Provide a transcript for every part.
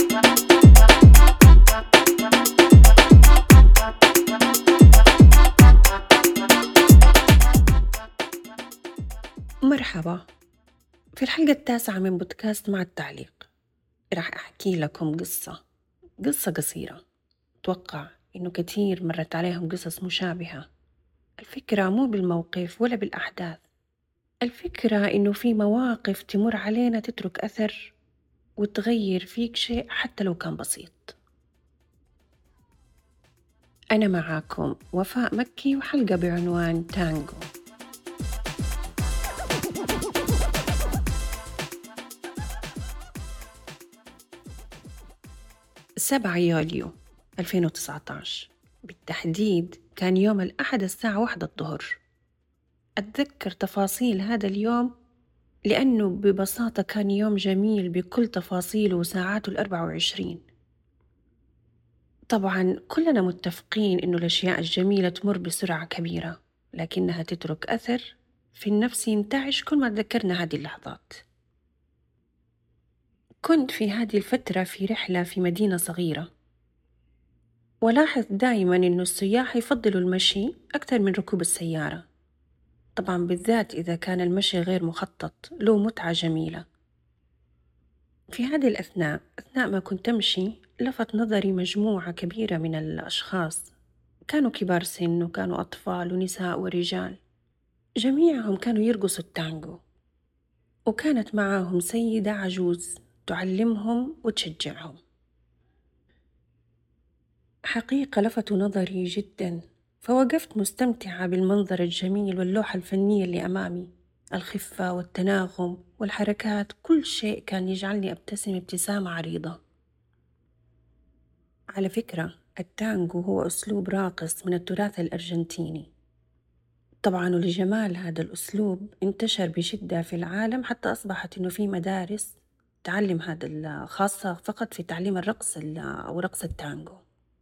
مرحبا. في الحلقة التاسعة من بودكاست مع التعليق راح أحكي لكم قصة قصيرة. أتوقع إنه كتير مرت عليهم قصص مشابهة. الفكرة مو بالموقف ولا بالأحداث، الفكرة إنه في مواقف تمر علينا تترك أثر وتغير فيك شيء حتى لو كان بسيط. أنا معاكم وفاء مكي وحلقة بعنوان تانجو. 7 يوليو 2019 بالتحديد كان يوم الأحد الساعة 1 الظهر. أتذكر تفاصيل هذا اليوم لأنه ببساطة كان يوم جميل بكل تفاصيله وساعاته 24. طبعا كلنا متفقين إنه الأشياء الجميلة تمر بسرعة كبيرة، لكنها تترك أثر في النفس ينتعش كل ما تذكرنا هذه اللحظات. كنت في هذه الفترة في رحلة في مدينة صغيرة، ولاحظ دائما إنه السياح يفضلوا المشي أكثر من ركوب السيارة، طبعا بالذات إذا كان المشي غير مخطط له متعة جميلة. في هذه الأثناء ما كنت أمشي لفت نظري مجموعة كبيرة من الأشخاص، كانوا كبار سن وكانوا أطفال ونساء ورجال، جميعهم كانوا يرقصوا التانجو، وكانت معاهم سيدة عجوز تعلمهم وتشجعهم. حقيقة لفتوا نظري جدا، فوقفت مستمتعة بالمنظر الجميل واللوحة الفنية اللي أمامي، الخفة والتناغم والحركات، كل شيء كان يجعلني أبتسم ابتسامة عريضة. على فكرة التانجو هو أسلوب راقص من التراث الأرجنتيني، طبعا ولجمال هذا الأسلوب انتشر بشدة في العالم، حتى أصبحت إنه في مدارس تعلم هذا خاصة فقط في تعليم الرقص أو رقص التانجو.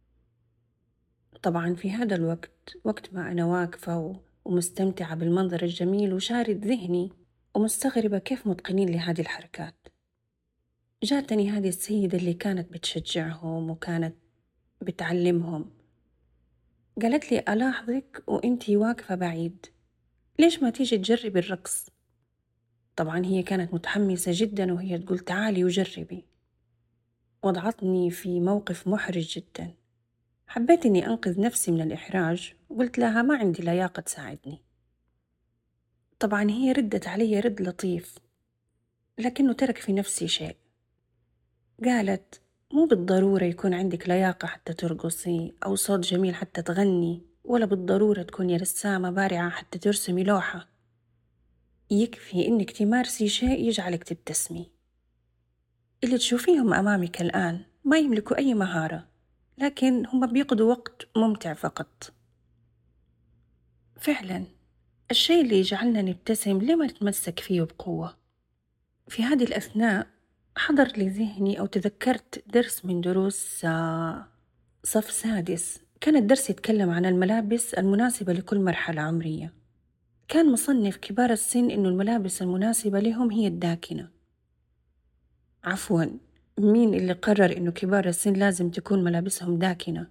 طبعا في هذا الوقت، وقت ما أنا واقفة ومستمتعة بالمنظر الجميل وشارد ذهني ومستغربة كيف متقنين لهذه الحركات، جاتني هذه السيدة اللي كانت بتشجعهم وكانت بتعلمهم، قالت لي ألاحظك وإنتي واقفة بعيد، ليش ما تيجي تجربي الرقص؟ طبعا هي كانت متحمسة جدا وهي تقول تعالي وجربي. وضعتني في موقف محرج جدا، حبيت إني أنقذ نفسي من الإحراج وقلت لها ما عندي لياقة تساعدني. طبعا هي ردت علي رد لطيف، لكنه ترك في نفسي شيء. قالت مو بالضرورة يكون عندك لياقة حتى ترقصي أو صوت جميل حتى تغني، ولا بالضرورة تكوني رسامة بارعة حتى ترسمي لوحة، يكفي إنك تمارسي شيء يجعلك تبتسمي. اللي تشوفيهم أمامك الآن ما يملكوا أي مهارة، لكن هم بيقضوا وقت ممتع فقط. فعلا الشيء اللي يجعلنا نبتسم لما نتمسك فيه بقوة. في هذه الأثناء حضر لي ذهني أو تذكرت درس من دروس صف سادس، كان الدرس يتكلم عن الملابس المناسبة لكل مرحلة عمرية. كان مصنف كبار السن إنه الملابس المناسبة لهم هي الداكنة. عفواً، مين اللي قرر إنه كبار السن لازم تكون ملابسهم داكنة؟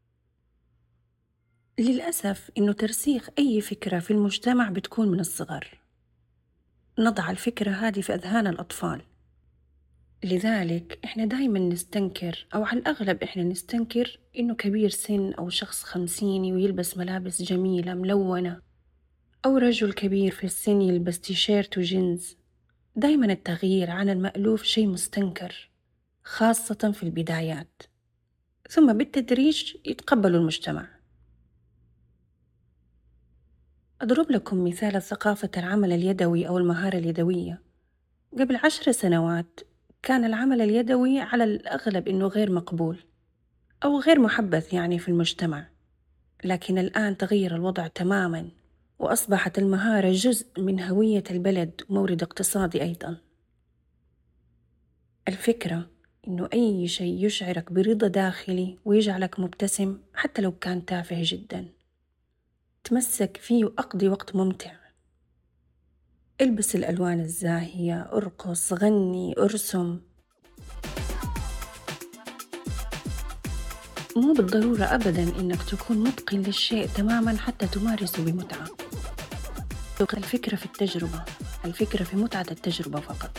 للأسف إنه ترسيخ أي فكرة في المجتمع بتكون من الصغر، نضع الفكرة هذه في أذهان الأطفال، لذلك إحنا دايما نستنكر، أو على الأغلب إحنا نستنكر إنه كبير سن أو شخص 50 ويلبس ملابس جميلة ملونة، أو رجل كبير في السن يلبس تيشيرت وجينز. دايما التغيير عن المألوف شيء مستنكر، خاصة في البدايات، ثم بالتدريج يتقبلوا المجتمع. أضرب لكم مثال ثقافة العمل اليدوي أو المهارة اليدوية. قبل 10 سنوات كان العمل اليدوي على الأغلب إنه غير مقبول أو غير محبذ يعني في المجتمع، لكن الآن تغير الوضع تماماً، وأصبحت المهارة جزء من هوية البلد ومورد اقتصادي أيضاً. الفكرة إنه أي شيء يشعرك برضا داخلي ويجعلك مبتسم حتى لو كان تافه جداً، تمسك فيه وأقضي وقت ممتع. البس الألوان الزاهية، أرقص، غني، أرسم. مو بالضرورة أبداً إنك تكون متقن للشيء تماماً حتى تمارسه بمتعة. الفكرة في التجربة، الفكرة في متعة التجربة فقط.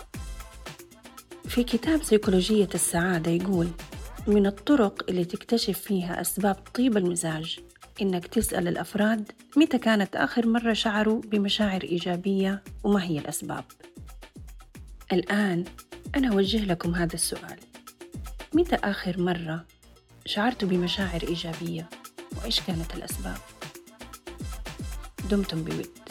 في كتاب سيكولوجية السعادة يقول: من الطرق اللي تكتشف فيها أسباب طيب المزاج إنك تسأل الأفراد متى كانت آخر مرة شعروا بمشاعر إيجابية وما هي الأسباب. الآن أنا أوجه لكم هذا السؤال: متى آخر مرة شعرتوا بمشاعر إيجابية وإيش كانت الأسباب؟ دمتم بود.